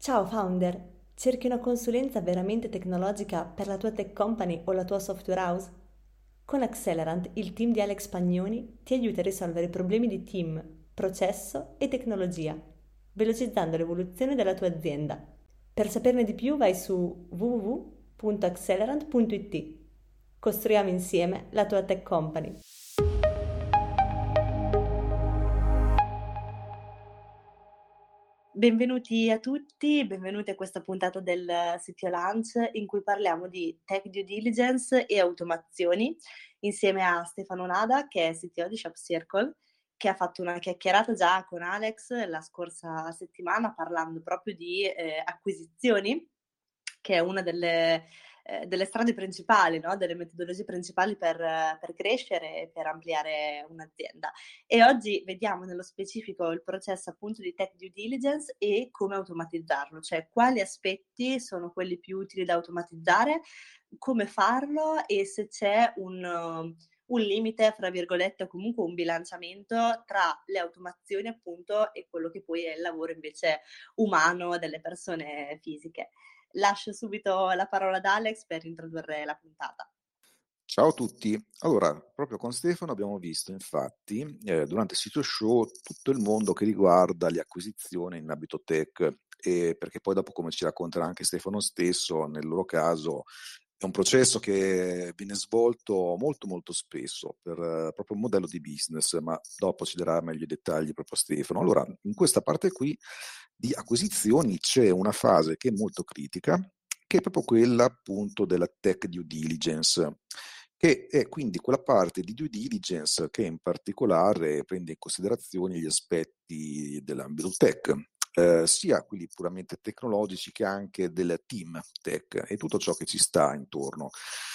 Ciao founder, cerchi una consulenza veramente tecnologica per la tua tech company o la tua software house? Con Accelerant, il team di Alex Pagnoni ti aiuta a risolvere problemi di team, processo e tecnologia, velocizzando l'evoluzione della tua azienda. Per saperne di più vai su www.accelerant.it. Costruiamo insieme la tua tech company. Benvenuti a tutti, benvenuti a questa puntata del CTO Lunch in cui parliamo di tech due diligence e automazioni insieme a Stefano Nada, che è CTO di Shop Circle, che ha fatto una chiacchierata già con Alex la scorsa settimana parlando proprio di acquisizioni, che è una delle strade principali, no? Delle metodologie principali per crescere e per ampliare un'azienda. E oggi vediamo nello specifico il processo appunto di tech due diligence e come automatizzarlo, cioè quali aspetti sono quelli più utili da automatizzare, come farlo e se c'è un limite, fra virgolette, o comunque un bilanciamento tra le automazioni appunto e quello che poi è il lavoro invece umano delle persone fisiche. Lascio subito la parola ad Alex per introdurre la puntata. Ciao a tutti. Allora, proprio con Stefano abbiamo visto infatti durante il sito show tutto il mondo che riguarda le acquisizioni in ambito tech, e perché poi dopo, come ci racconterà anche Stefano stesso, nel loro caso è un processo che viene svolto molto molto spesso per proprio un modello di business, ma dopo ci darà meglio i dettagli proprio Stefano. Allora, in questa parte qui di acquisizioni c'è una fase che è molto critica, che è proprio quella appunto della tech due diligence, che è quindi quella parte di due diligence che in particolare prende in considerazione gli aspetti dell'ambito tech, sia quelli puramente tecnologici che anche del team tech e tutto ciò che ci sta intorno.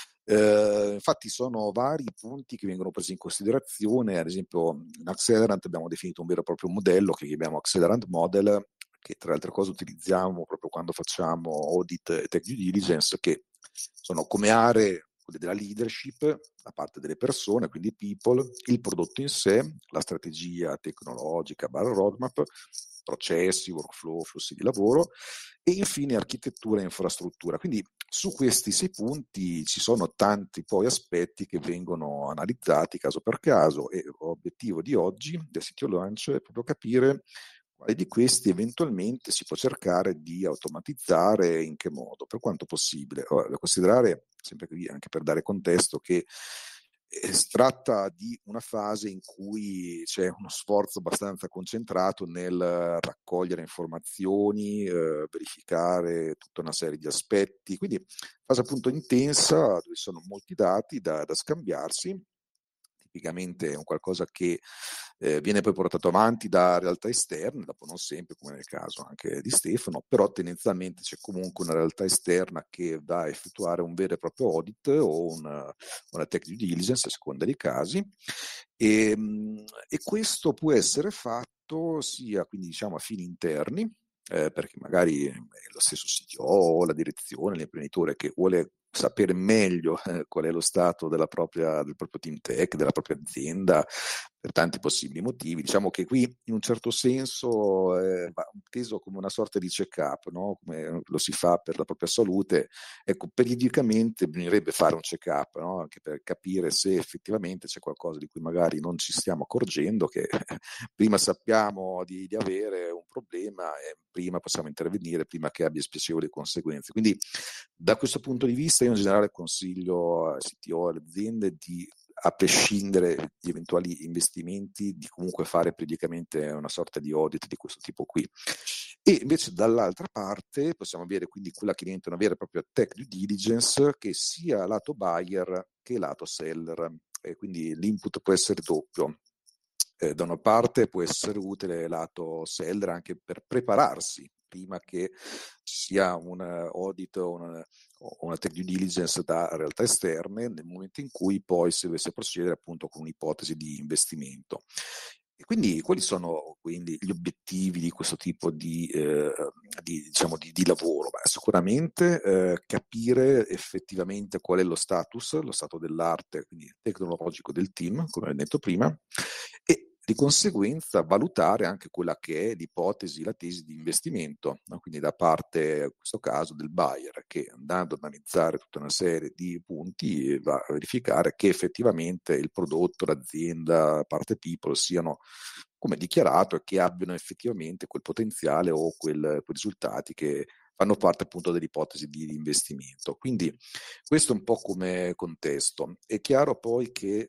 Infatti sono vari punti che vengono presi in considerazione. Ad esempio in Accelerant abbiamo definito un vero e proprio modello che chiamiamo Accelerant Model, che tra le altre cose utilizziamo proprio quando facciamo audit e tech due diligence, che sono come aree quelle della leadership, la parte delle persone, quindi people, il prodotto in sé, la strategia tecnologica, roadmap, processi, workflow, flussi di lavoro e infine architettura e infrastruttura. Quindi su questi 6 punti ci sono tanti poi aspetti che vengono analizzati caso per caso, e l'obiettivo di oggi del sito Launch è proprio capire quali di questi eventualmente si può cercare di automatizzare e in che modo, per quanto possibile. Ora, da considerare, sempre qui anche per dare contesto, che si tratta di una fase in cui c'è uno sforzo abbastanza concentrato nel raccogliere informazioni, verificare tutta una serie di aspetti, quindi fase appunto intensa dove sono molti dati da scambiarsi. Tipicamente è un qualcosa che viene poi portato avanti da realtà esterne, dopo non sempre, come nel caso anche di Stefano, però tendenzialmente c'è comunque una realtà esterna che va a effettuare un vero e proprio audit o una tech due diligence a seconda dei casi, e questo può essere fatto sia quindi diciamo a fini interni, perché magari è lo stesso CTO o la direzione, l'imprenditore che vuole sapere meglio qual è lo stato del proprio team tech, della propria azienda, per tanti possibili motivi. Diciamo che qui in un certo senso va inteso come una sorta di check-up, no? Come lo si fa per la propria salute. Ecco, periodicamente bisognerebbe fare un check-up, no? Anche per capire se effettivamente c'è qualcosa di cui magari non ci stiamo accorgendo, che prima sappiamo di avere un problema e prima possiamo intervenire, prima che abbia spiacevoli conseguenze. Quindi da questo punto di vista io in generale consiglio a CTO e alle aziende di, a prescindere di eventuali investimenti, di comunque fare periodicamente una sorta di audit di questo tipo qui. E invece dall'altra parte possiamo avere quindi quella che diventa una vera e propria tech due diligence, che sia lato buyer che lato seller, e quindi l'input può essere doppio. Da una parte può essere utile lato seller anche per prepararsi prima che ci sia un audit o una tech due diligence da realtà esterne, nel momento in cui poi si dovesse procedere appunto con un'ipotesi di investimento. E quindi quali sono quindi gli obiettivi di questo tipo diciamo di lavoro? Beh, sicuramente capire effettivamente qual è lo stato dell'arte, quindi tecnologico del team, come ho detto prima, e Di conseguenza valutare anche quella che è l'ipotesi, la tesi di investimento, no? Quindi da parte, in questo caso, del buyer, che andando ad analizzare tutta una serie di punti va a verificare che effettivamente il prodotto, l'azienda, parte people siano come dichiarato e che abbiano effettivamente quel potenziale o quei risultati che fanno parte appunto dell'ipotesi di investimento. Quindi questo è un po' come contesto. È chiaro poi che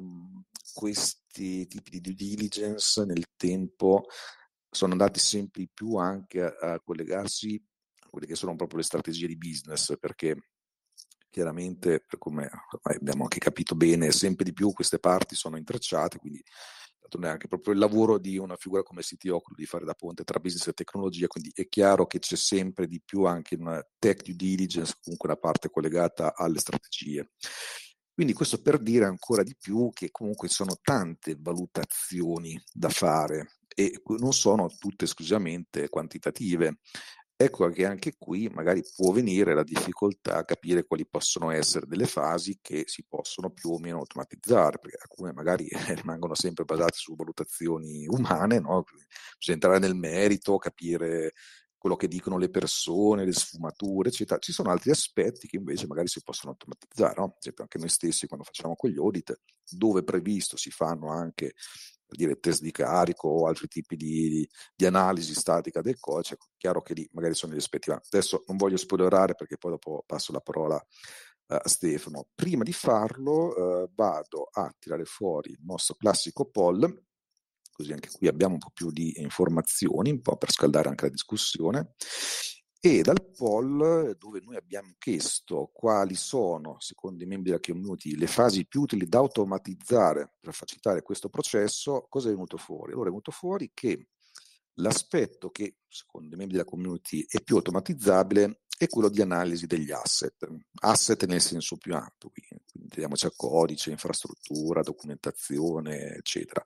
questi tipi di due diligence nel tempo sono andati sempre di più anche a collegarsi a quelle che sono proprio le strategie di business, perché chiaramente, per come abbiamo anche capito bene, sempre di più queste parti sono intrecciate, quindi non è anche proprio il lavoro di una figura come CTO quello di fare da ponte tra business e tecnologia, quindi è chiaro che c'è sempre di più anche una tech due diligence, comunque una parte collegata alle strategie. Quindi questo per dire ancora di più che comunque sono tante valutazioni da fare e non sono tutte esclusivamente quantitative. Ecco che anche qui magari può venire la difficoltà a capire quali possono essere delle fasi che si possono più o meno automatizzare, perché alcune magari rimangono sempre basate su valutazioni umane, no? Bisogna entrare nel merito, capire quello che dicono le persone, le sfumature, eccetera. Ci sono altri aspetti che invece magari si possono automatizzare, no? Ad esempio anche noi stessi quando facciamo quegli audit, dove previsto si fanno anche per dire test di carico o altri tipi di analisi statica del codice, è chiaro che lì magari sono gli aspetti. Adesso non voglio spoilerare perché poi dopo passo la parola a Stefano. Prima di farlo vado a tirare fuori il nostro classico poll, così anche qui abbiamo un po' più di informazioni, un po' per scaldare anche la discussione. E dal poll, dove noi abbiamo chiesto quali sono, secondo i membri della community, le fasi più utili da automatizzare per facilitare questo processo, cosa è venuto fuori? Allora è venuto fuori che l'aspetto che, secondo i membri della community, è più automatizzabile è quello di analisi degli asset nel senso più ampio, quindi intendiamoci a codice, infrastruttura, documentazione, eccetera.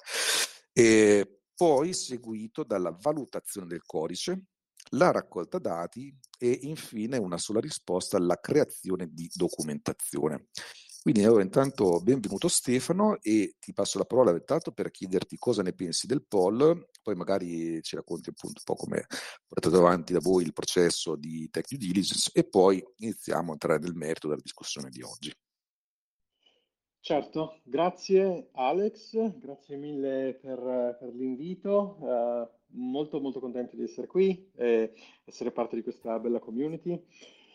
E poi seguito dalla valutazione del codice, la raccolta dati e infine una sola risposta alla creazione di documentazione. Quindi allora intanto benvenuto Stefano e ti passo la parola intanto per chiederti cosa ne pensi del poll, poi magari ci racconti appunto un po' come portato avanti da voi il processo di tech due diligence e poi iniziamo a entrare nel merito della discussione di oggi. Certo, grazie Alex, grazie mille per l'invito, molto molto contento di essere qui e essere parte di questa bella community.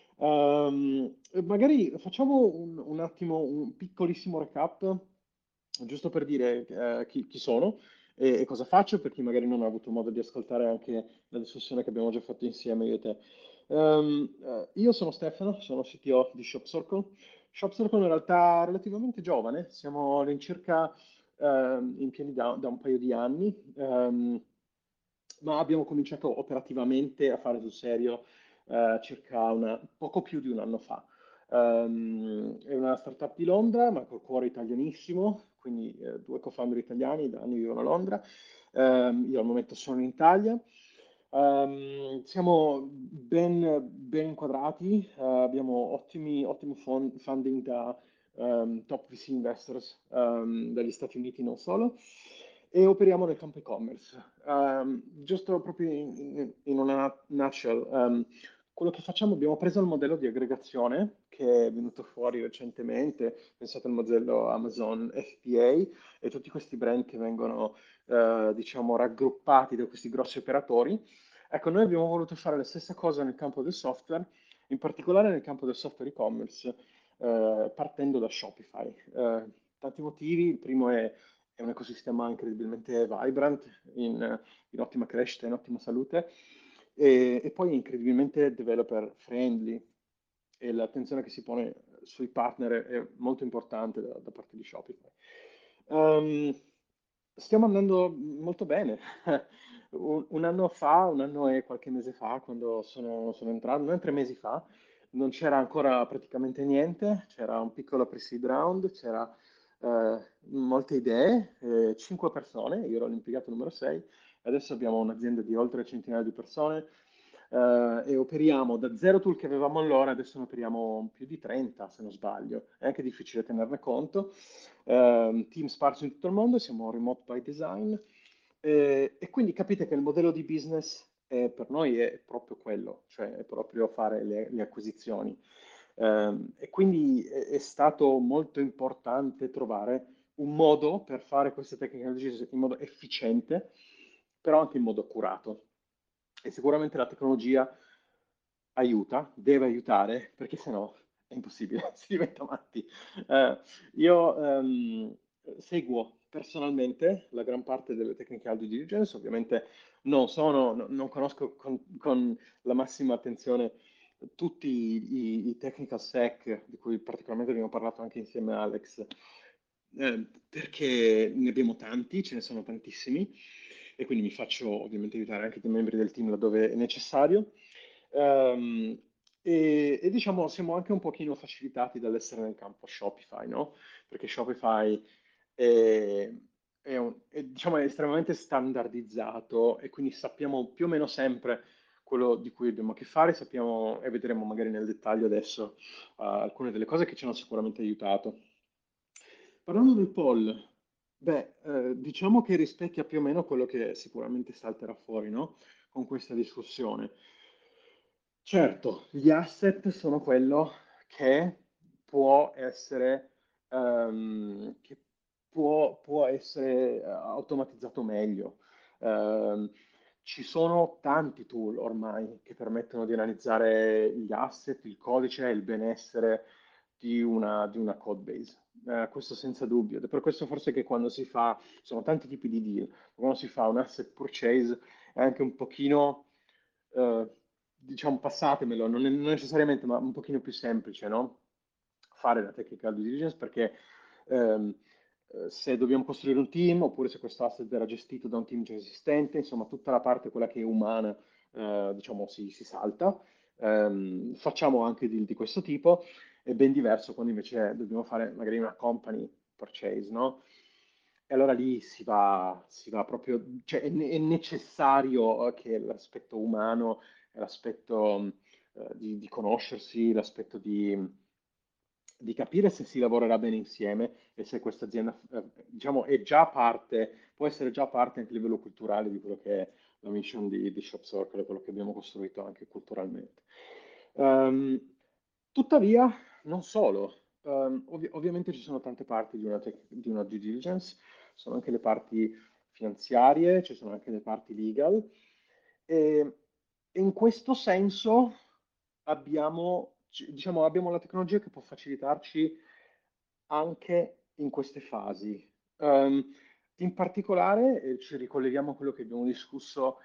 Magari facciamo un attimo un piccolissimo recap, giusto per dire chi sono e cosa faccio, per chi magari non ha avuto modo di ascoltare anche la discussione che abbiamo già fatto insieme io e te. Io sono Stefano, sono CTO di ShopCircle. ShopCircle in realtà è relativamente giovane, siamo all'incirca in piedi da un paio di anni, ma abbiamo cominciato operativamente a fare sul serio circa poco più di un anno fa. È una startup di Londra, ma col cuore italianissimo, quindi due co-founder italiani da anni vivono a Londra. Io al momento sono in Italia. Siamo ben inquadrati, abbiamo ottimo funding da top VC investors dagli Stati Uniti non solo, e operiamo nel campo e-commerce. Giusto proprio in una nutshell, quello che facciamo, abbiamo preso il modello di aggregazione che è venuto fuori recentemente, pensate al modello Amazon FBA e tutti questi brand che vengono, diciamo, raggruppati da questi grossi operatori. Ecco, noi abbiamo voluto fare la stessa cosa nel campo del software, in particolare nel campo del software e-commerce, partendo da Shopify. Tanti motivi, il primo è un ecosistema incredibilmente vibrant, in ottima crescita, in ottima salute, e poi è incredibilmente developer friendly e l'attenzione che si pone sui partner è molto importante da parte di Shopify. Um, Stiamo andando molto bene. Un anno fa, un anno e qualche mese fa, quando sono entrato, non 3 mesi fa, non c'era ancora praticamente niente, c'era un piccolo pre-seed round, c'era molte idee, 5 persone, io ero l'impiegato numero 6, adesso abbiamo un'azienda di oltre centinaia di persone, e operiamo da 0 tool che avevamo allora, adesso ne operiamo più di 30 se non sbaglio, è anche difficile tenerne conto. Team sparsi in tutto il mondo, siamo remote by design e quindi capite che il modello di business per noi è proprio quello, cioè è proprio fare le acquisizioni. E quindi è stato molto importante trovare un modo per fare queste tecnologie in modo efficiente, però anche in modo accurato. E sicuramente la tecnologia aiuta, deve aiutare, perché sennò è impossibile, si diventa matti. Io seguo personalmente la gran parte delle tecniche due diligence, ovviamente non conosco con la massima attenzione tutti i technical stack di cui particolarmente abbiamo parlato anche insieme a Alex, perché ne abbiamo tanti, ce ne sono tantissimi e quindi mi faccio ovviamente aiutare anche dei membri del team laddove è necessario. Ehm, diciamo siamo anche un pochino facilitati dall'essere nel campo Shopify, no? Perché Shopify è, diciamo, è estremamente standardizzato e quindi sappiamo più o meno sempre quello di cui abbiamo a che fare, sappiamo e vedremo magari nel dettaglio adesso alcune delle cose che ci hanno sicuramente aiutato. Parlando del poll, beh, diciamo che rispecchia più o meno quello che sicuramente salterà fuori, no? Con questa discussione. Certo, gli asset sono quello che può essere, che può essere automatizzato meglio. Ehm, Ci sono tanti tool ormai che permettono di analizzare gli asset, il codice e il benessere di una code base. Questo senza dubbio. Ed è per questo forse che quando si fa, sono tanti tipi di deal, quando si fa un asset purchase è anche un pochino, eh, diciamo, passatemelo, non necessariamente, ma un pochino più semplice, no? Fare la technical due diligence perché ehm, se dobbiamo costruire un team oppure se questo asset verrà gestito da un team già esistente, insomma, tutta la parte, quella che è umana, diciamo, si salta. Facciamo anche deal di questo tipo, è ben diverso quando invece dobbiamo fare magari una company purchase, no? E allora lì si va proprio, cioè è necessario che l'aspetto umano, l'aspetto di conoscersi, l'aspetto di capire se si lavorerà bene insieme e se questa azienda, diciamo, è già parte, può essere già parte anche a livello culturale di quello che è la mission di Shop Circle, quello che abbiamo costruito anche culturalmente. Ehm, Tuttavia, non solo. Ovviamente ci sono tante parti di una due diligence, sono anche le parti finanziarie, ci sono anche le parti legal e, e in questo senso diciamo, abbiamo la tecnologia che può facilitarci anche in queste fasi. In particolare, ci ricolleghiamo a quello che abbiamo discusso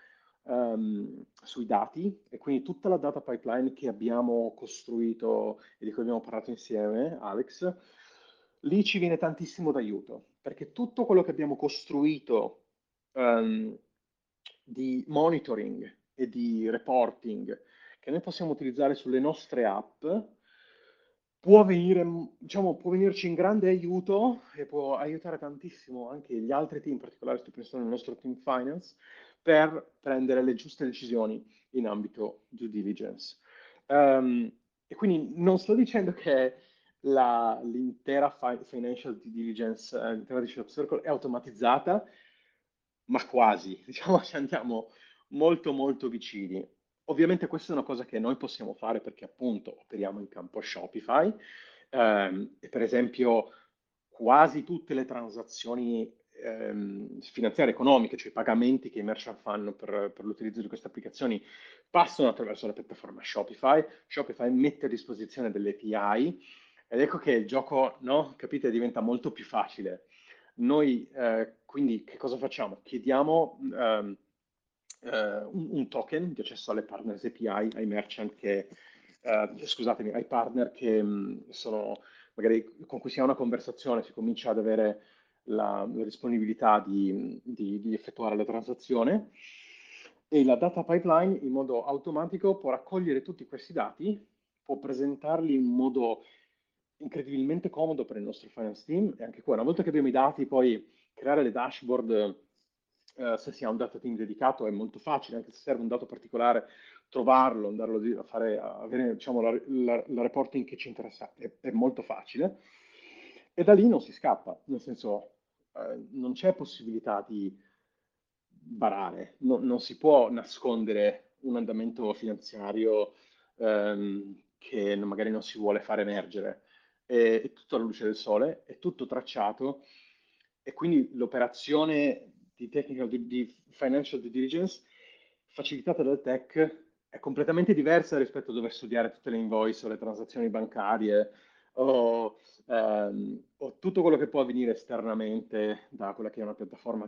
sui dati e quindi tutta la data pipeline che abbiamo costruito e di cui abbiamo parlato insieme, Alex, lì ci viene tantissimo d'aiuto, perché tutto quello che abbiamo costruito ehm, di monitoring e di reporting che noi possiamo utilizzare sulle nostre app diciamo, può venirci in grande aiuto e può aiutare tantissimo anche gli altri team, in particolare sto pensando al nostro team finance, per prendere le giuste decisioni in ambito due diligence. E quindi non sto dicendo che l'intera financial due diligence all'interno di Shop Circle è automatizzata, ma quasi, diciamo, ci andiamo molto molto vicini. Ovviamente questa è una cosa che noi possiamo fare perché appunto operiamo in campo Shopify e per esempio quasi tutte le transazioni finanziarie economiche, cioè i pagamenti che i merchant fanno per l'utilizzo di queste applicazioni, passano attraverso la piattaforma Shopify. Shopify mette a disposizione delle API ed ecco che il gioco, no, capite, diventa molto più facile. Noi quindi che cosa facciamo? Chiediamo un token di accesso alle partners API, ai merchant che, scusatemi, ai partner che sono magari con cui si ha una conversazione, si comincia ad avere la disponibilità di effettuare la transazione e la data pipeline in modo automatico può raccogliere tutti questi dati, può presentarli in modo incredibilmente comodo per il nostro finance team e anche qua, una volta che abbiamo i dati, poi creare le dashboard se si ha un data team dedicato è molto facile, anche se serve un dato particolare, trovarlo, andarlo a fare, avere diciamo, la reporting che ci interessa è molto facile. E da lì non si scappa, nel senso non c'è possibilità di barare, non si può nascondere un andamento finanziario che magari non si vuole far emergere. È tutto alla luce del sole, è tutto tracciato e quindi l'operazione di financial due diligence facilitata dal tech è completamente diversa rispetto a dover studiare tutte le invoice o le transazioni bancarie o tutto quello che può avvenire esternamente da quella che è una piattaforma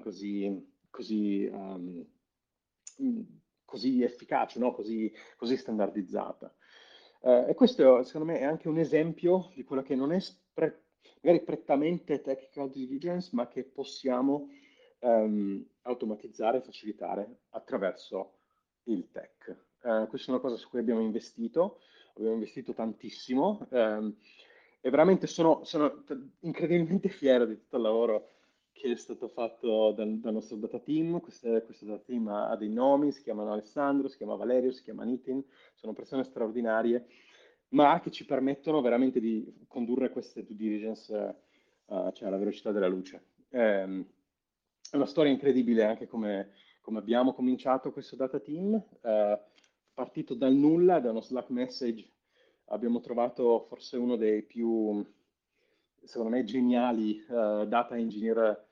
così efficace, no? Così standardizzata. E questo, secondo me, è anche un esempio di quello che non è magari prettamente technical diligence, ma che possiamo automatizzare e facilitare attraverso il tech. Questa è una cosa su cui abbiamo investito tantissimo e veramente sono incredibilmente fiero di tutto il lavoro che è stato fatto dal nostro data team. Questo data team ha dei nomi, si chiamano Alessandro, si chiama Valerio, si chiama Nitin, sono persone straordinarie, ma che ci permettono veramente di condurre queste due diligence, cioè alla velocità della luce. È una storia incredibile anche come abbiamo cominciato questo data team, partito dal nulla, da uno Slack message, abbiamo trovato forse uno dei più, secondo me, geniali data engineer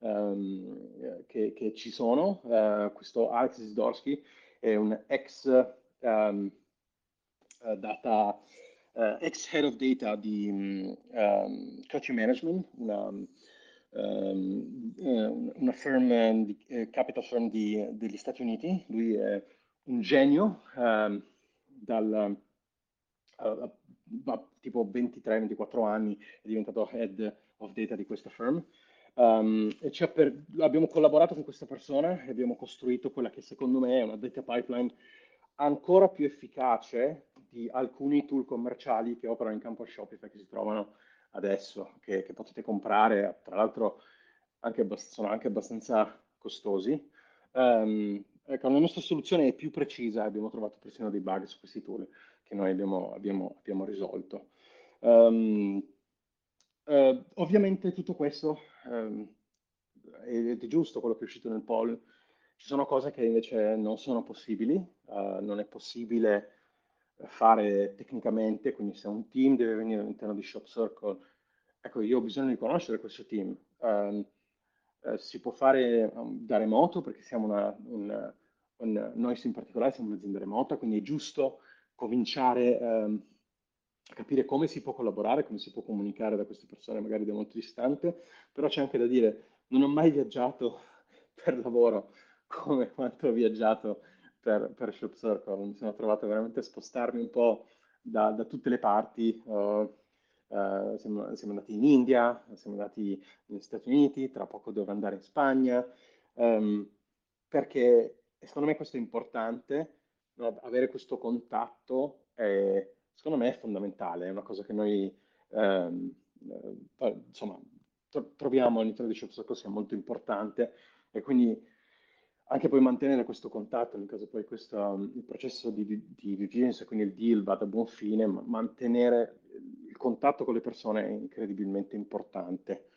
che ci sono. Questo Alex Zdorsky è un ex head of data di Country Management, una capital firm degli Stati Uniti. Lui è un genio, tipo 23-24 anni è diventato head of data di questa firm. Abbiamo collaborato con questa persona e abbiamo costruito quella che secondo me è una data pipeline ancora più efficace di alcuni tool commerciali che operano in campo Shopify che si trovano adesso, che potete comprare, tra l'altro sono anche abbastanza costosi. Ecco, la nostra soluzione è più precisa, abbiamo trovato persino dei bug su questi tool che noi abbiamo risolto. Ovviamente tutto questo ed è giusto quello che è uscito nel poll. Ci sono cose che invece non sono possibili, non è possibile fare tecnicamente, quindi se un team deve venire all'interno di Shop Circle, ecco, io ho bisogno di conoscere questo team. Si può fare da remoto perché siamo noi in particolare siamo un'azienda remota, quindi è giusto cominciare a capire come si può collaborare, come si può comunicare da queste persone magari da molto distante, però c'è anche da dire, non ho mai viaggiato per lavoro come quanto ho viaggiato per Shop Circle, mi sono trovato veramente a spostarmi un po' da tutte le parti. Siamo andati in India, siamo andati negli Stati Uniti, tra poco devo andare in Spagna, ehm, perché secondo me questo è importante, no? Avere questo contatto secondo me è fondamentale, è una cosa che noi insomma, troviamo all'interno di Shop Circle sia molto importante e quindi anche poi mantenere questo contatto nel caso poi il processo di due diligence, quindi il deal vada a buon fine, mantenere il contatto con le persone è incredibilmente importante.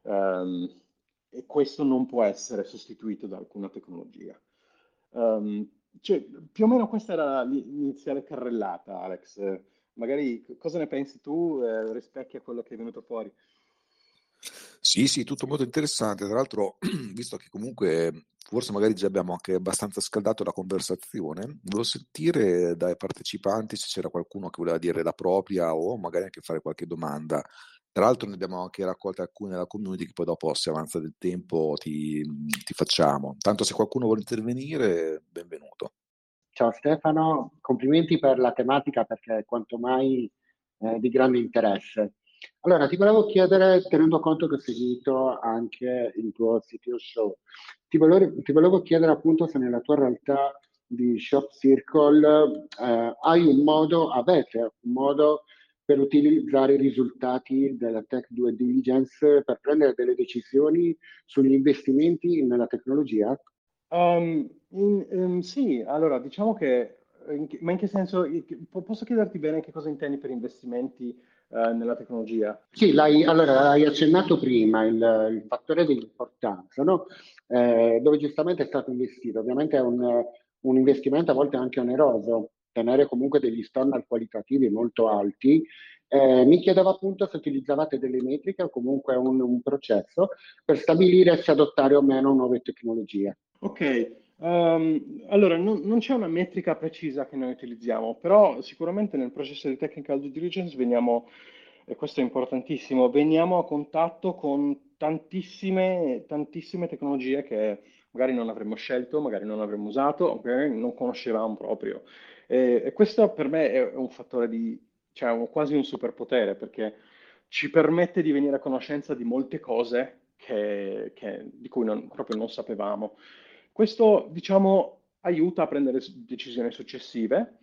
E questo non può essere sostituito da alcuna tecnologia. Ehm, cioè, più o meno questa era l'iniziale carrellata, Alex. Magari cosa ne pensi tu? Rispecchia quello che è venuto fuori. Sì, sì, tutto molto interessante. Tra l'altro, visto che comunque forse magari già abbiamo anche abbastanza scaldato la conversazione, volevo sentire dai partecipanti se c'era qualcuno che voleva dire la propria o magari anche fare qualche domanda. Tra l'altro ne abbiamo anche raccolte alcune nella community che poi dopo, se avanza del tempo, ti facciamo. Tanto se qualcuno vuole intervenire, benvenuto. Ciao Stefano, complimenti per la tematica perché è quanto mai di grande interesse. Allora, ti volevo chiedere, tenendo conto che ho seguito anche il tuo CTO Show, ti volevo chiedere appunto se nella tua realtà di Shop Circle avete un modo per utilizzare i risultati della Tech Due Diligence per prendere delle decisioni sugli investimenti nella tecnologia? Sì, allora diciamo che, ma in che senso, posso chiederti bene che cosa intendi per investimenti nella tecnologia? Sì, allora, hai accennato prima il fattore dell'importanza, no? Dove giustamente è stato investito. Ovviamente è un investimento a volte anche oneroso, tenere comunque degli standard qualitativi molto alti. Mi chiedevo appunto se utilizzavate delle metriche o comunque un processo per stabilire se adottare o meno nuove tecnologie. Ok, allora non c'è una metrica precisa che noi utilizziamo, però sicuramente nel processo di technical due diligence veniamo, e questo è importantissimo, veniamo a contatto con tantissime tecnologie che magari non avremmo scelto, magari non avremmo usato, o magari non conoscevamo proprio. E questo per me è un fattore cioè quasi un superpotere, perché ci permette di venire a conoscenza di molte cose di cui proprio non sapevamo. Questo, diciamo, aiuta a prendere decisioni successive.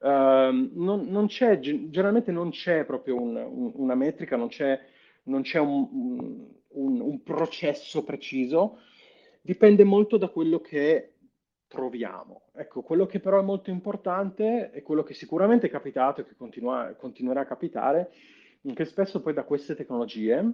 Generalmente non c'è proprio una metrica, non c'è un processo preciso, dipende molto da quello che troviamo. Ecco, quello che però è molto importante è quello che sicuramente è capitato e che continuerà a capitare, che spesso poi da queste tecnologie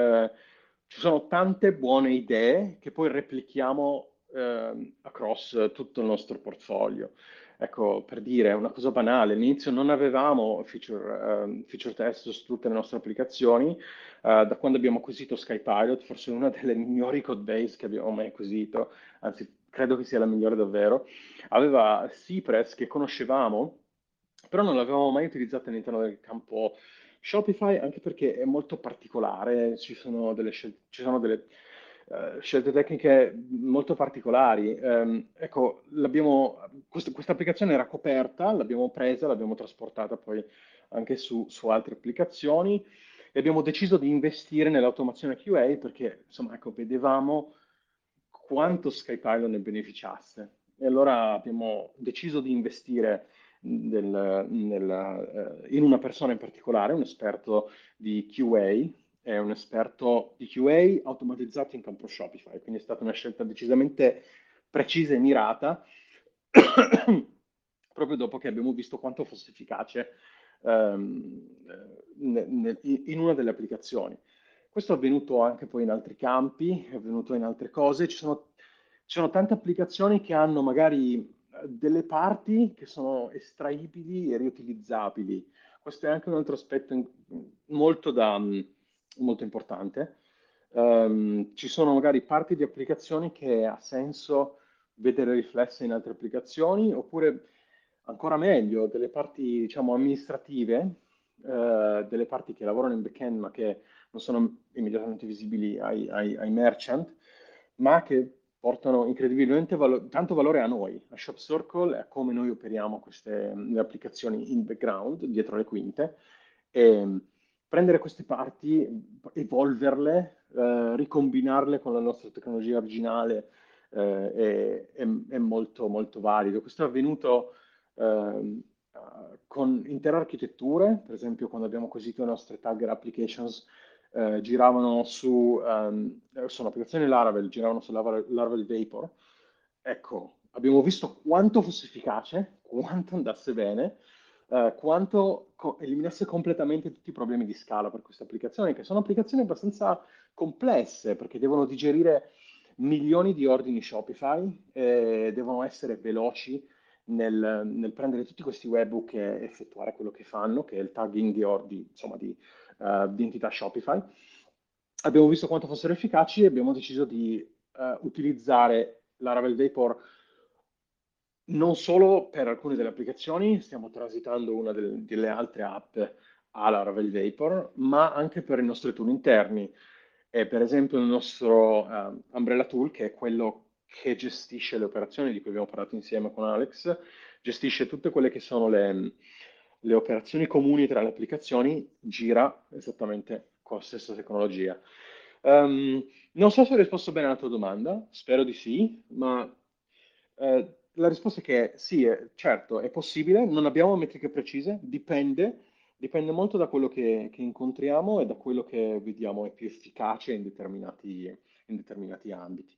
ci sono tante buone idee che poi replichiamo across tutto il nostro portfolio. Ecco, per dire una cosa banale, all'inizio non avevamo feature test su tutte le nostre applicazioni. Da quando abbiamo acquisito SkyPilot, forse una delle migliori codebase che abbiamo mai acquisito, anzi credo che sia la migliore davvero, aveva Cypress che conoscevamo, però non l'avevamo mai utilizzata all'interno del campo Shopify, anche perché è molto particolare, ci sono delle scelte tecniche molto particolari. Ecco, questa applicazione era coperta, l'abbiamo presa, l'abbiamo trasportata poi anche su altre applicazioni e abbiamo deciso di investire nell'automazione QA perché, insomma, ecco, vedevamo quanto SkyPilot ne beneficiasse. E allora abbiamo deciso di investire in una persona in particolare, un esperto di QA, è un esperto di QA automatizzato in campo Shopify, quindi è stata una scelta decisamente precisa e mirata, proprio dopo che abbiamo visto quanto fosse efficace in una delle applicazioni. Questo è avvenuto anche poi in altri campi, è avvenuto in altre cose. Ci sono tante applicazioni che hanno magari delle parti che sono estraibili e riutilizzabili. Questo è anche un altro aspetto molto importante. Ci sono magari parti di applicazioni che ha senso vedere riflesse in altre applicazioni, oppure ancora meglio, delle parti, diciamo, amministrative, delle parti che lavorano in back-end ma che non sono immediatamente visibili ai merchant, ma che portano incredibilmente tanto valore a noi, a Shop Circle e a come noi operiamo le applicazioni in background, dietro le quinte, e prendere queste parti, evolverle, ricombinarle con la nostra tecnologia originale è molto, molto valido. Questo è avvenuto con intere architetture, per esempio quando abbiamo acquisito le nostre Tagger applications, giravano sono applicazioni Laravel, giravano su Laravel Vapor. Ecco, abbiamo visto quanto fosse efficace, quanto andasse bene, quanto eliminasse completamente tutti i problemi di scala per queste applicazioni, che sono applicazioni abbastanza complesse, perché devono digerire milioni di ordini Shopify, devono essere veloci nel prendere tutti questi webhook e effettuare quello che fanno, che è il tagging insomma, di entità Shopify. Abbiamo visto quanto fossero efficaci e abbiamo deciso di utilizzare Laravel Vapor non solo per alcune delle applicazioni, stiamo transitando una delle altre app a Laravel Vapor, ma anche per i nostri tool interni. E per esempio il nostro Umbrella Tool, che è quello che gestisce le operazioni di cui abbiamo parlato insieme con Alex, gestisce tutte quelle che sono le operazioni comuni tra le applicazioni, gira esattamente con la stessa tecnologia. Non so se ho risposto bene alla tua domanda, spero di sì, ma la risposta è che sì, certo, è possibile, non abbiamo metriche precise, dipende molto da quello che incontriamo e da quello che vediamo è più efficace in determinati ambiti.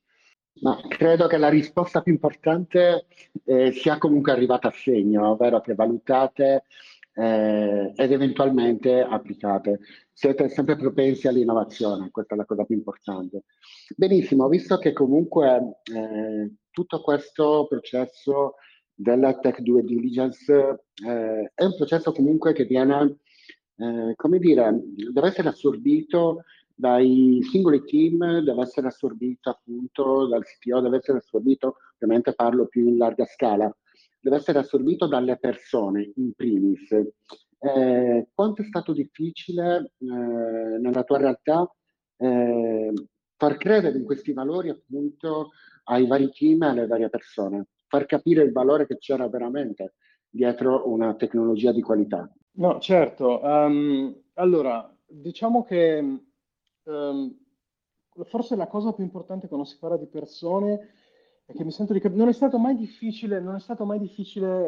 Ma credo che la risposta più importante sia comunque arrivata a segno, ovvero che valutate ed eventualmente applicate. Siete sempre propensi all'innovazione, questa è la cosa più importante. Benissimo, visto che comunque tutto questo processo della tech due diligence è un processo comunque che viene, come dire, deve essere assorbito dai singoli team, deve essere assorbito appunto dal CTO, deve essere assorbito, ovviamente parlo più in larga scala, deve essere assorbito dalle persone in primis. Quanto è stato difficile nella tua realtà eh, far credere in questi valori appunto ai vari team e alle varie persone, far capire il valore che c'era veramente dietro una tecnologia di qualità? No, certo. Allora, diciamo che ehm, forse la cosa più importante quando si parla di persone è che mi sento di capire, non è stato mai difficile, non è stato mai difficile,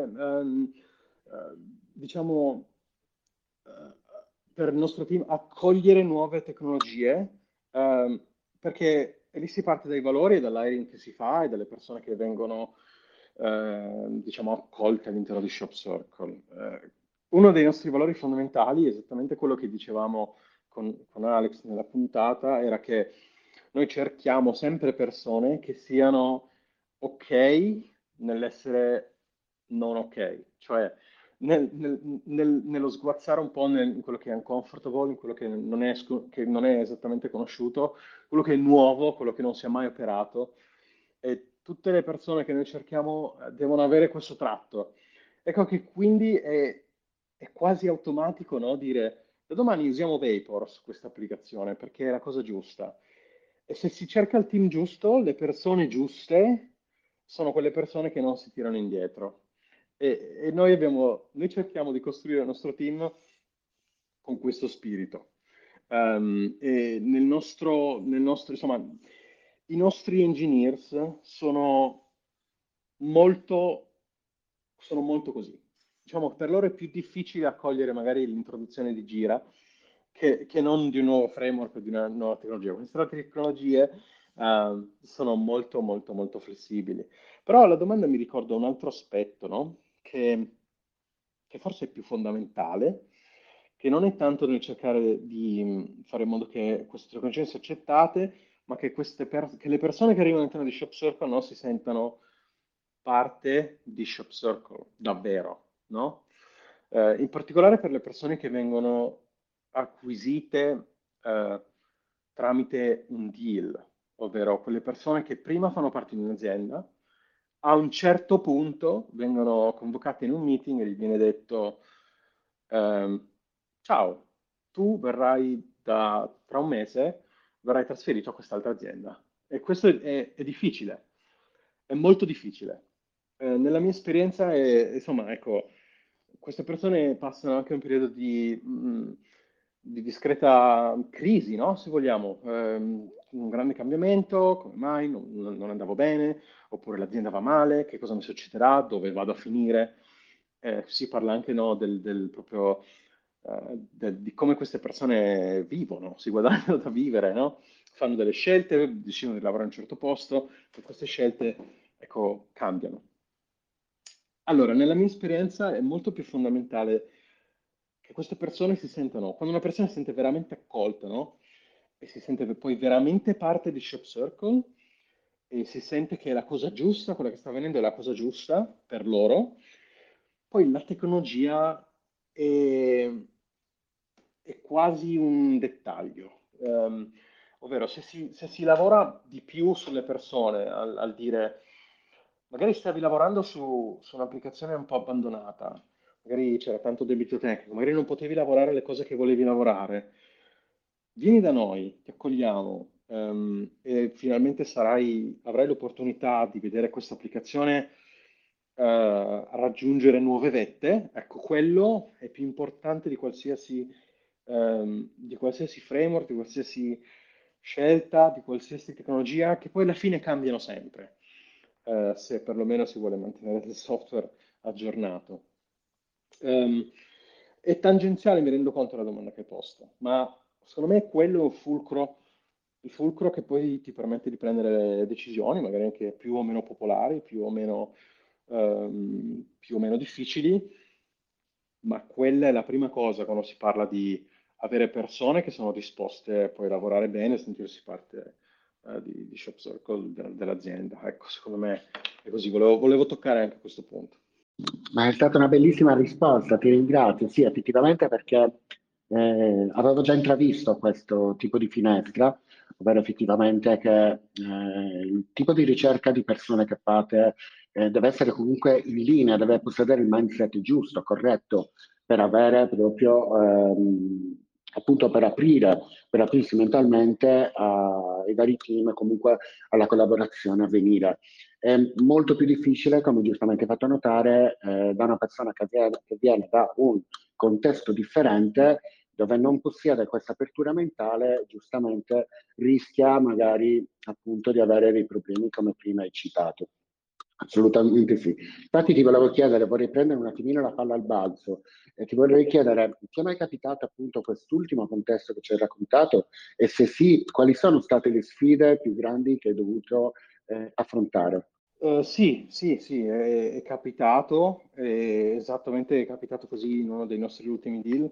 diciamo, eh, per il nostro team accogliere nuove tecnologie, ehm, perché lì si parte dai valori e dall'hiring che si fa e dalle persone che vengono, diciamo, accolte all'interno di Shop Circle. Uno dei nostri valori fondamentali, esattamente quello che dicevamo con Alex nella puntata, era che noi cerchiamo sempre persone che siano ok nell'essere non ok, cioè nello sguazzare un po' in quello che è uncomfortable, in quello che non è esattamente conosciuto, quello che è nuovo, quello che non si è mai operato. E tutte le persone che noi cerchiamo devono avere questo tratto. Ecco che quindi è quasi automatico, no, dire da domani usiamo Vapor su questa applicazione perché è la cosa giusta. E se si cerca il team giusto, le persone giuste sono quelle persone che non si tirano indietro. E noi cerchiamo di costruire il nostro team con questo spirito. E insomma, i nostri engineers molto, sono molto così. Diciamo che per loro è più difficile accogliere magari l'introduzione di Gira che non di un nuovo framework o di una nuova tecnologia. Queste altre tecnologie sono molto, molto, molto flessibili. Però la domanda mi ricorda un altro aspetto, no? Che forse è più fondamentale, che non è tanto nel cercare di fare in modo che queste tecnologie siano accettate, ma che, che le persone che arrivano all'interno di Shop Circle non si sentano parte di Shop Circle, davvero, no? In particolare per le persone che vengono acquisite tramite un deal, ovvero quelle persone che prima fanno parte di un'azienda, a un certo punto vengono convocate in un meeting e gli viene detto, ehm, ciao, tu verrai tra un mese, verrai trasferito a quest'altra azienda. E questo è difficile, è molto difficile. Nella mia esperienza, insomma, ecco, queste persone passano anche un periodo di discreta crisi, no? Se vogliamo. Un grande cambiamento, come mai? Non andavo bene, oppure l'azienda va male, che cosa mi succederà, dove vado a finire. Si parla anche, no, proprio di come queste persone vivono, si guadagnano da vivere, no? Fanno delle scelte, decidono di lavorare a un certo posto e queste scelte, ecco, cambiano. Allora, nella mia esperienza è molto più fondamentale che queste persone si sentano, quando una persona si sente veramente accolta, no? E si sente poi veramente parte di Shop Circle e si sente che è la cosa giusta, quella che sta avvenendo è la cosa giusta per loro, poi la tecnologia è, è quasi un dettaglio. Ovvero se si lavora di più sulle persone, al dire, magari stavi lavorando su un'applicazione un po' abbandonata, magari c'era tanto debito tecnico, magari non potevi lavorare le cose che volevi lavorare. Vieni da noi, ti accogliamo e finalmente avrai l'opportunità di vedere questa applicazione raggiungere nuove vette. Ecco, quello è più importante di qualsiasi framework, di qualsiasi scelta, di qualsiasi tecnologia, che poi alla fine cambiano sempre, se perlomeno si vuole mantenere il software aggiornato. È tangenziale, mi rendo conto della domanda che hai posto, ma secondo me quello è un fulcro il fulcro che poi ti permette di prendere le decisioni, magari anche più o meno popolari, più o meno difficili, ma quella è la prima cosa quando si parla di avere persone che sono disposte poi a lavorare bene e sentirsi parte di Shop Circle dell'azienda. Ecco, secondo me è così. Volevo toccare anche questo punto. Ma è stata una bellissima risposta, ti ringrazio. Sì, effettivamente perché avevo già intravisto questo tipo di finestra, ovvero effettivamente che il tipo di ricerca di persone che fate deve essere comunque in linea, deve possedere il mindset giusto, corretto, per avere proprio, appunto, per aprirsi mentalmente ai vari team, comunque alla collaborazione a venire. È molto più difficile, come giustamente hai fatto notare, da una persona che viene da un contesto differente, dove non possiede questa apertura mentale, giustamente rischia magari appunto di avere dei problemi come prima hai citato. Assolutamente sì. Infatti ti volevo chiedere, vorrei prendere un attimino la palla al balzo e ti vorrei chiedere, ti è mai capitato appunto quest'ultimo contesto che ci hai raccontato e se sì, quali sono state le sfide più grandi che hai dovuto affrontare? Sì, sì, sì, è capitato, è esattamente è capitato così in uno dei nostri ultimi deal.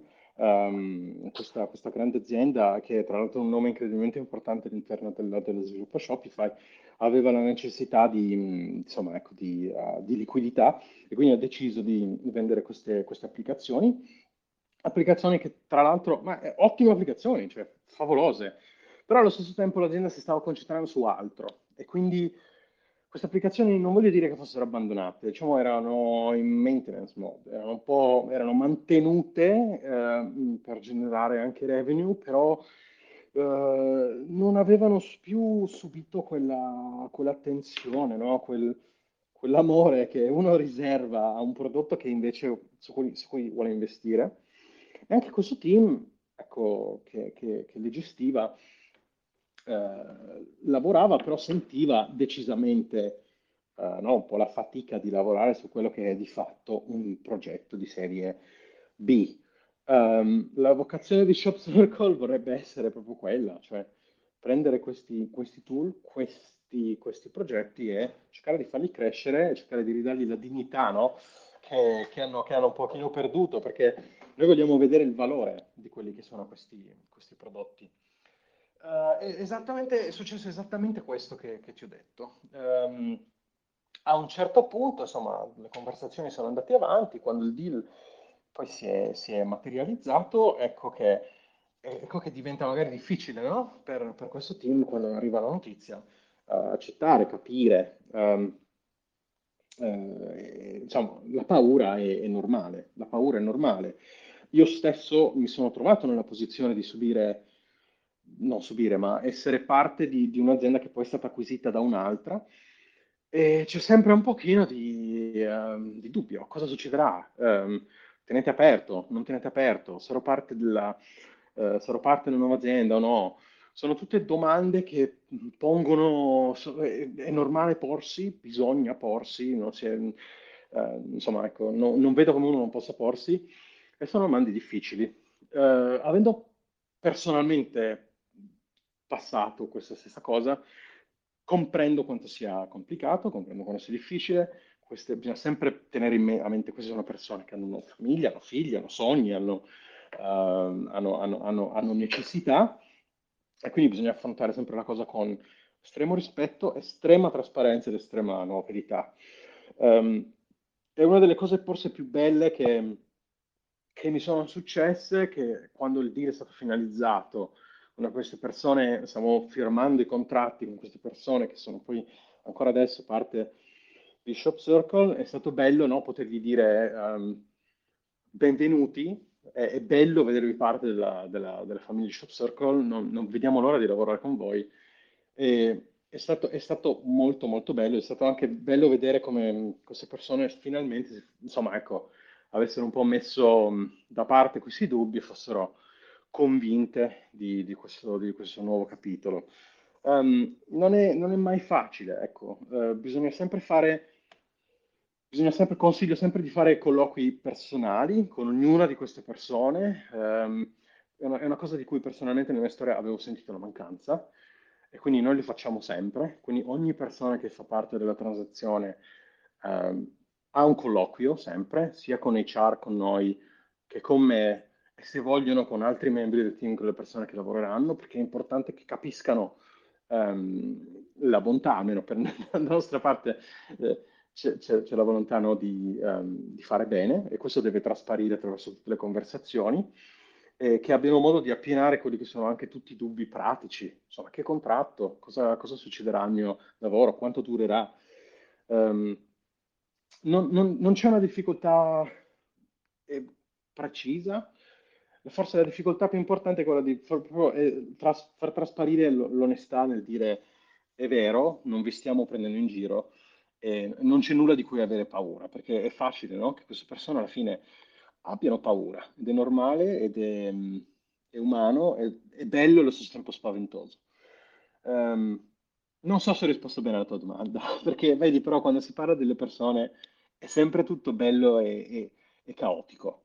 Questa grande azienda, che tra l'altro ha un nome incredibilmente importante all'interno dello sviluppo Shopify, aveva la necessità insomma, ecco, di liquidità e quindi ha deciso di vendere queste applicazioni che tra l'altro, ottime applicazioni, cioè favolose, però allo stesso tempo l'azienda si stava concentrando su altro e quindi queste applicazioni non voglio dire che fossero abbandonate, diciamo erano in maintenance mode, erano mantenute per generare anche revenue, però non avevano più subito quell'attenzione, no? Quell'amore che uno riserva a un prodotto che invece su cui vuole investire. E anche questo team, ecco, che li gestiva, lavorava, però sentiva decisamente, no, un po' la fatica di lavorare su quello che è di fatto un progetto di serie B. La vocazione di Shop Circle vorrebbe essere proprio quella, cioè prendere questi tool, questi progetti e cercare di farli crescere, e cercare di ridargli la dignità, no? Che hanno un pochino perduto, perché noi vogliamo vedere il valore di quelli che sono questi prodotti. È successo esattamente questo che ti ho detto. A un certo punto, insomma, le conversazioni sono andate avanti, quando il deal poi si è materializzato, ecco che diventa magari difficile, no? Per questo team, quando arriva la notizia, accettare, capire. Diciamo, la paura è normale, la paura è normale. Io stesso mi sono trovato nella posizione di non subire, ma essere parte di un'azienda che poi è stata acquisita da un'altra e c'è sempre un pochino di dubbio. Cosa succederà? Tenete aperto, non tenete aperto? Sarò parte della nuova azienda o no? Sono tutte domande che pongono, è normale porsi, bisogna porsi, insomma, ecco, non vedo come uno non possa porsi, e sono domande difficili. Avendo personalmente passato questa stessa cosa, comprendo quanto sia complicato, comprendo quanto sia difficile. Bisogna sempre tenere a mente, queste sono persone che hanno una famiglia, hanno figli, hanno sogni, hanno necessità, e quindi bisogna affrontare sempre la cosa con estremo rispetto, estrema trasparenza ed estrema, no, verità. Ehm, è una delle cose forse più belle che mi sono successe, che quando il deal è stato finalizzato, con queste persone, stiamo firmando i contratti con queste persone che sono poi ancora adesso parte di Shop Circle, è stato bello, no, potergli dire benvenuti, è bello vedervi parte della famiglia di Shop Circle, non vediamo l'ora di lavorare con voi. È stato molto molto bello, è stato anche bello vedere come queste persone finalmente, insomma, ecco, avessero un po' messo da parte questi dubbi e fossero convinte di questo nuovo capitolo. Non è mai facile, ecco. Consiglio sempre di fare colloqui personali con ognuna di queste persone. È una cosa di cui personalmente nella mia storia avevo sentito la mancanza. e quindi noi li facciamo sempre, quindi ogni persona che fa parte della transazione ha un colloquio sempre, sia con HR, con noi, che con me, e se vogliono con altri membri del team, con le persone che lavoreranno, perché è importante che capiscano la bontà, almeno per la nostra parte, c'è la volontà, no, di fare bene, e questo deve trasparire attraverso tutte le conversazioni, e che abbiano modo di appienare quelli che sono anche tutti i dubbi pratici. Insomma, che contratto, cosa succederà al mio lavoro, quanto durerà. Ehm, non c'è una difficoltà eh, precisa. Forse la difficoltà più importante è quella di far trasparire l'onestà nel dire è vero, non vi stiamo prendendo in giro, e non c'è nulla di cui avere paura, perché è facile, no? Che queste persone alla fine abbiano paura, ed è normale, è umano, è bello e allo stesso tempo spaventoso. Ehm, non so se ho risposto bene alla tua domanda, perché vedi, però quando si parla delle persone è sempre tutto bello e caotico.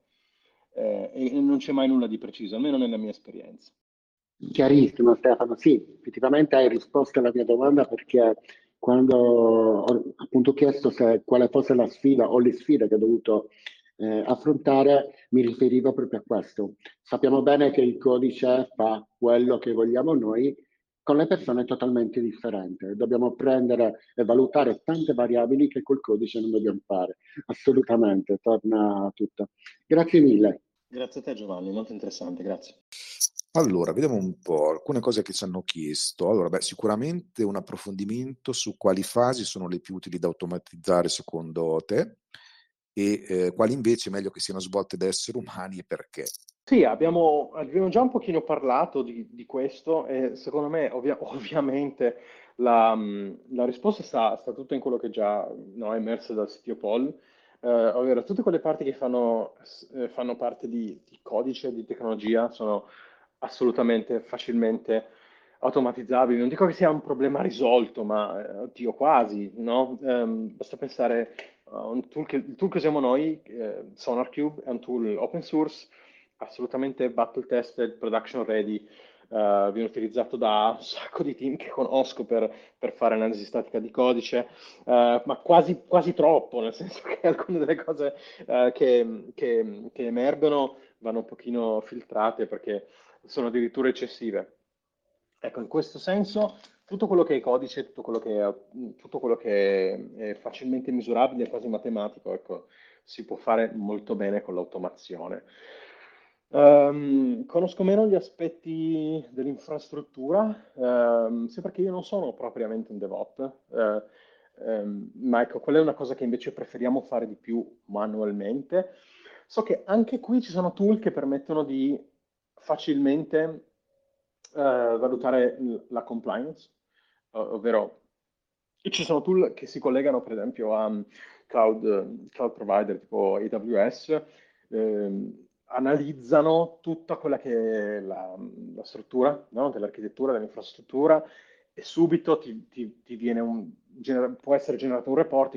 E non c'è mai nulla di preciso, almeno nella mia esperienza. Chiarissimo, Stefano. Sì, effettivamente hai risposto alla mia domanda, perché quando ho appunto chiesto quale fosse la sfida o le sfide che ho dovuto affrontare, mi riferivo proprio a questo. Sappiamo bene che il codice fa quello che vogliamo noi con le persone totalmente differenti. Dobbiamo prendere e valutare tante variabili che col codice non dobbiamo fare. Assolutamente, torna tutto. Grazie mille. Grazie a te, Giovanni, molto interessante, grazie. Allora, vediamo un po' alcune cose che ci hanno chiesto. Allora, sicuramente un approfondimento su quali fasi sono le più utili da automatizzare secondo te e quali invece è meglio che siano svolte da esseri umani e perché. Sì, abbiamo già un pochino parlato di questo, e secondo me ovviamente la risposta sta tutta in quello che già, no, è emerso dal sito Poll, ovvero tutte quelle parti che fanno parte di codice, di tecnologia, sono assolutamente facilmente automatizzabili. Non dico che sia un problema risolto, ma oddio, quasi, no? Basta pensare a il tool che usiamo noi, SonarCube, è un tool open source, assolutamente battle tested, production ready, viene utilizzato da un sacco di team che conosco per fare analisi statica di codice, ma quasi troppo, nel senso che alcune delle cose che emergono vanno un pochino filtrate perché sono addirittura eccessive. Ecco, in questo senso, tutto quello che è codice, tutto quello che è facilmente misurabile, quasi matematico, ecco, si può fare molto bene con l'automazione. Conosco meno gli aspetti dell'infrastruttura, sia perché io non sono propriamente un DevOps, ma ecco, quella è una cosa che invece preferiamo fare di più manualmente. So che anche qui ci sono tool che permettono di facilmente valutare la compliance, ovvero ci sono tool che si collegano per esempio a cloud provider tipo AWS, analizzano tutta quella che è la struttura, no, dell'architettura, dell'infrastruttura, e subito ti viene può essere generato un report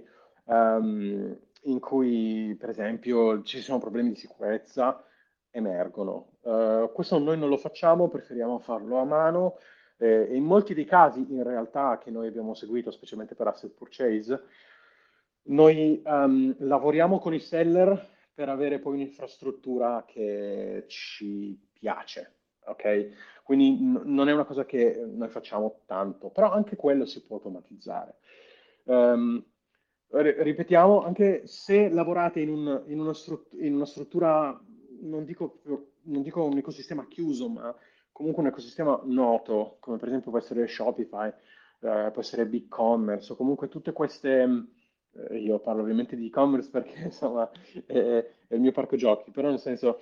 in cui, per esempio, ci sono problemi di sicurezza, emergono. Questo noi non lo facciamo, preferiamo farlo a mano, e in molti dei casi, in realtà, che noi abbiamo seguito, specialmente per asset purchase, noi lavoriamo con i seller per avere poi un'infrastruttura che ci piace, ok? Quindi non è una cosa che noi facciamo tanto, però anche quello si può automatizzare. Ehm, ripetiamo, anche se lavorate in una struttura, non dico un ecosistema chiuso, ma comunque un ecosistema noto, come per esempio può essere Shopify, può essere BigCommerce, o comunque tutte queste, io parlo ovviamente di e-commerce perché insomma è il mio parco giochi, però nel senso,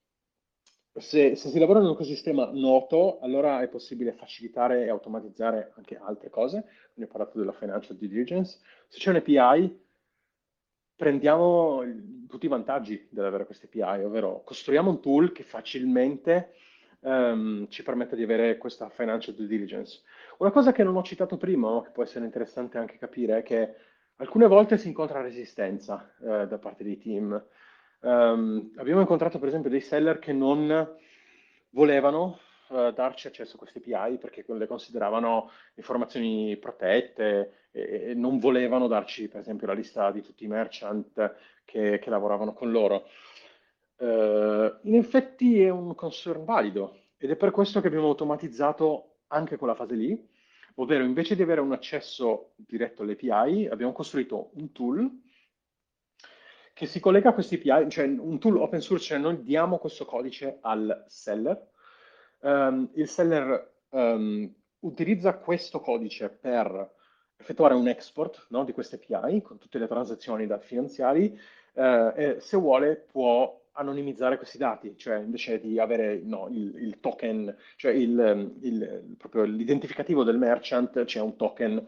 se si lavora in un ecosistema noto, allora è possibile facilitare e automatizzare anche altre cose. Quindi ho parlato della financial due diligence. Se c'è un API, prendiamo tutti i vantaggi dell'avere queste API, ovvero costruiamo un tool che facilmente ci permette di avere questa financial due diligence. Una cosa che non ho citato prima, ma che può essere interessante anche capire, è che alcune volte si incontra resistenza da parte dei team. Abbiamo incontrato per esempio dei seller che non volevano darci accesso a queste API perché le consideravano informazioni protette e non volevano darci, per esempio, la lista di tutti i merchant che lavoravano con loro. In effetti è un concern valido ed è per questo che abbiamo automatizzato anche quella fase lì, ovvero invece di avere un accesso diretto alle API, abbiamo costruito un tool che si collega a questi API, cioè un tool open source, cioè noi diamo questo codice al seller. Il seller utilizza questo codice per effettuare un export, no, di queste API con tutte le transazioni finanziari e se vuole può anonimizzare questi dati, cioè invece di avere no, il token, cioè proprio l'identificativo del merchant, c'è un token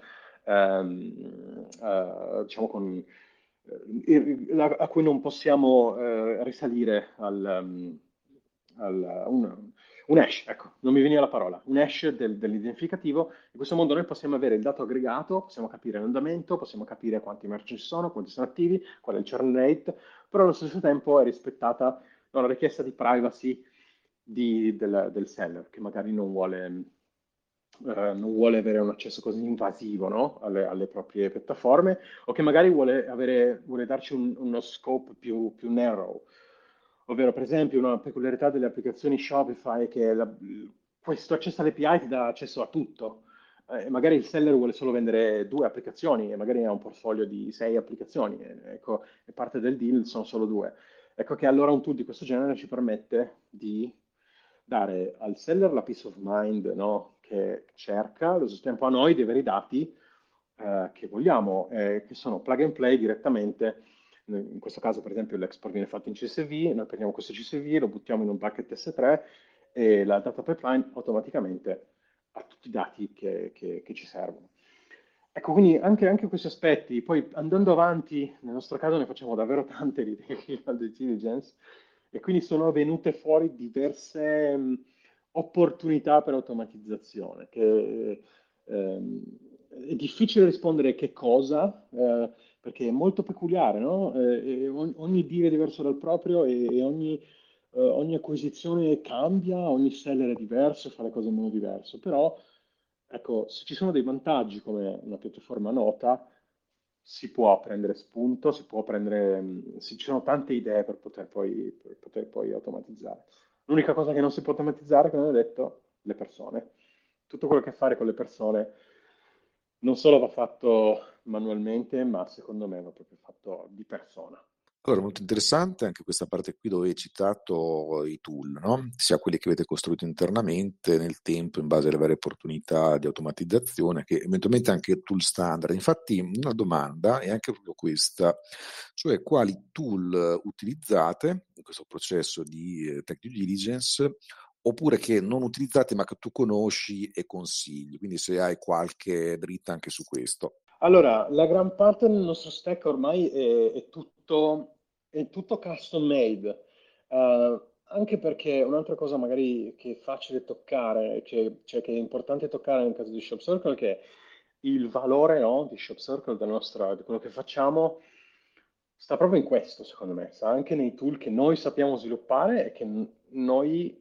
diciamo a cui non possiamo risalire un hash, ecco, non mi veniva la parola, un hash dell'identificativo. In questo modo noi possiamo avere il dato aggregato, possiamo capire l'andamento, possiamo capire quanti merchant ci sono, quanti sono attivi, qual è il churn rate, però allo stesso tempo è rispettata no, la richiesta di privacy del seller, che magari non vuole avere un accesso così invasivo, no, alle proprie piattaforme, o che magari vuole darci uno scope più narrow. Ovvero, per esempio, una peculiarità delle applicazioni Shopify è che questo accesso alle API ti dà accesso a tutto. Magari il seller vuole solo vendere 2 applicazioni e magari ha un portfolio di 6 applicazioni. Ecco, e parte del deal sono solo 2. Ecco che allora un tool di questo genere ci permette di dare al seller la peace of mind, no, che cerca, allo stesso tempo a noi di avere i dati che vogliamo, che sono plug and play direttamente. In questo caso, per esempio, l'export viene fatto in CSV, noi prendiamo questo CSV, lo buttiamo in un bucket S3 e la data pipeline automaticamente ha tutti i dati che ci servono. Ecco, quindi anche questi aspetti, poi andando avanti, nel nostro caso ne facciamo davvero tante di due diligence, e quindi sono venute fuori diverse opportunità per automatizzazione, che è difficile rispondere che cosa, perché è molto peculiare, no? E ogni deal è diverso dal proprio e ogni acquisizione cambia, ogni seller è diverso e fa le cose in modo diverso, però ecco, se ci sono dei vantaggi come una piattaforma nota, si può prendere spunto, si può prendere, ci sono tante idee per poter poi automatizzare. L'unica cosa che non si può automatizzare, come ho detto, le persone. Tutto quello che ha a fare con le persone non solo va fatto manualmente, ma secondo me va proprio fatto di persona. Allora, molto interessante anche questa parte qui dove hai citato i tool, no? Sia quelli che avete costruito internamente nel tempo in base alle varie opportunità di automatizzazione, che eventualmente anche tool standard. Infatti, una domanda è anche proprio questa, cioè quali tool utilizzate in questo processo di tech due diligence, oppure che non utilizzate ma che tu conosci e consigli, quindi se hai qualche dritta anche su questo. Allora, la gran parte del nostro stack ormai è tutto custom made. Anche perché un'altra cosa magari che è facile toccare, cioè che è importante toccare nel caso di Shop Circle, è che il valore, no, di Shop Circle, di quello che facciamo, sta proprio in questo, secondo me. Sta anche nei tool che noi sappiamo sviluppare e che noi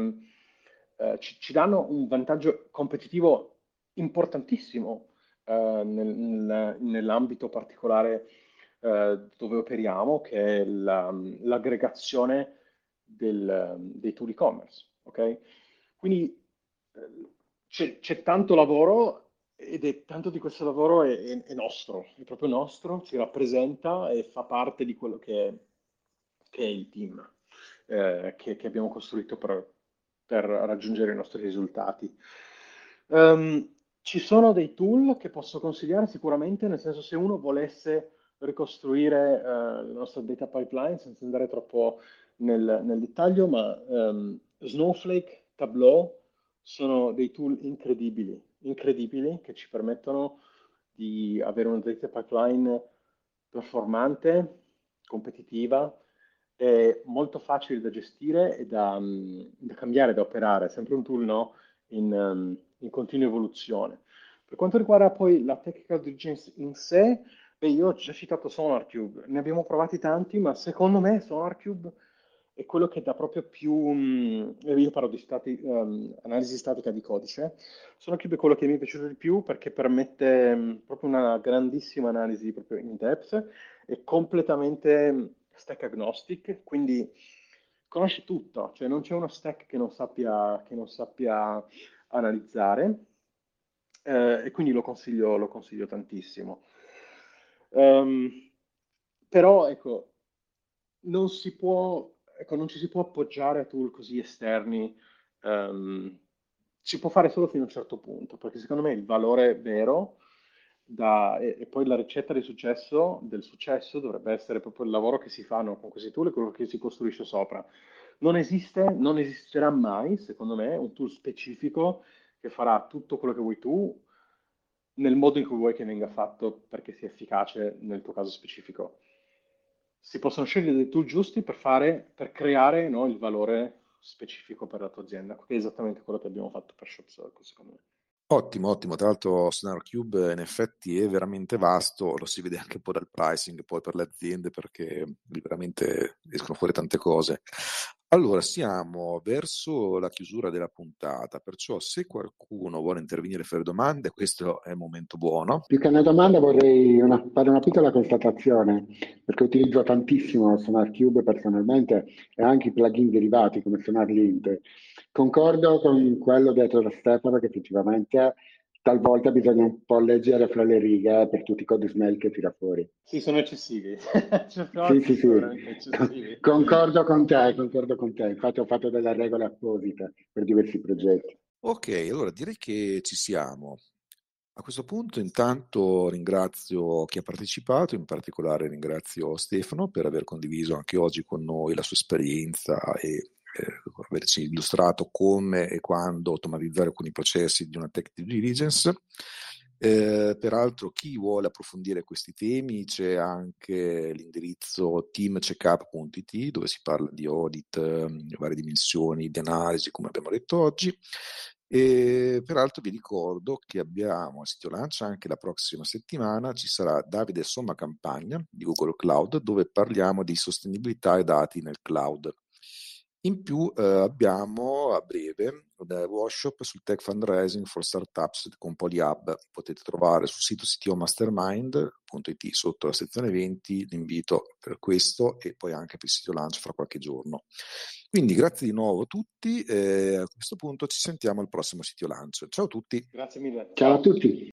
ci danno un vantaggio competitivo importantissimo nell'ambito particolare dove operiamo, che è l'aggregazione dei tool e-commerce. Ok? Quindi c'è tanto lavoro ed è tanto di questo lavoro è nostro, è proprio nostro, ci rappresenta e fa parte di quello che è il team che abbiamo costruito per raggiungere i nostri risultati. Ci sono dei tool che posso consigliare sicuramente, nel senso se uno volesse ricostruire la nostra data pipeline senza andare troppo nel dettaglio, ma Snowflake, Tableau sono dei tool incredibili, incredibili che ci permettono di avere una data pipeline performante, competitiva e molto facile da gestire e da cambiare, da operare. È sempre un tool, no? In continua evoluzione. Per quanto riguarda poi la technical diligence in sé, beh, io ho già citato SonarCube, ne abbiamo provati tanti, ma secondo me SonarCube è quello che dà proprio più, io parlo di analisi statica di codice, SonarCube è quello che mi è piaciuto di più perché permette proprio una grandissima analisi proprio in depth, è completamente stack agnostic, quindi conosce tutto, cioè non c'è uno stack che non sappia analizzare, e quindi lo consiglio tantissimo. Ehm, Però ecco, non ci si può appoggiare a tool così esterni, ehm, si può fare solo fino a un certo punto, perché secondo me il valore vero e poi la ricetta del successo dovrebbe essere proprio il lavoro che si fanno con questi tool e quello che si costruisce sopra. Non esisterà mai, secondo me, un tool specifico che farà tutto quello che vuoi tu nel modo in cui vuoi che venga fatto perché sia efficace nel tuo caso specifico. Si possono scegliere dei tool giusti per creare, no, il valore specifico per la tua azienda, che è esattamente quello che abbiamo fatto per ShopCircle, secondo me. Ottimo, ottimo. Tra l'altro SonarCube in effetti è veramente vasto, lo si vede anche un po' dal pricing poi per le aziende perché lì veramente escono fuori tante cose. Allora, siamo verso la chiusura della puntata, perciò se qualcuno vuole intervenire e fare domande, questo è il momento buono. Più che una domanda vorrei fare una piccola constatazione, perché utilizzo tantissimo SonarCube personalmente e anche i plugin derivati come SonarLint. Concordo con quello detto da Stefano che effettivamente talvolta bisogna un po' leggere fra le righe per tutti i codi smell che tira fuori. Sì, sono eccessivi. Certe Sì, volte sì, sono sì, veramente eccessivi. concordo con te, concordo con te. Infatti ho fatto delle regole apposite per diversi progetti. Ok, allora direi che ci siamo. A questo punto intanto ringrazio chi ha partecipato, in particolare ringrazio Stefano per aver condiviso anche oggi con noi la sua esperienza e averci illustrato come e quando automatizzare alcuni processi di una tech due diligence. Peraltro chi vuole approfondire questi temi c'è anche l'indirizzo teamcheckup.it dove si parla di audit, varie dimensioni di analisi come abbiamo detto oggi. E peraltro vi ricordo che abbiamo al sito Lancia anche la prossima settimana ci sarà Davide Somma Campagna di Google Cloud dove parliamo di sostenibilità e dati nel cloud. In più abbiamo a breve un workshop sul tech fundraising for startups con PolyHub. Potete trovare sul sito ctomastermind.it sotto la sezione eventi l'invito per questo e poi anche per il sito Launch fra qualche giorno. Quindi grazie di nuovo a tutti e a questo punto ci sentiamo al prossimo sito Launch. Ciao a tutti. Grazie mille. Ciao a tutti.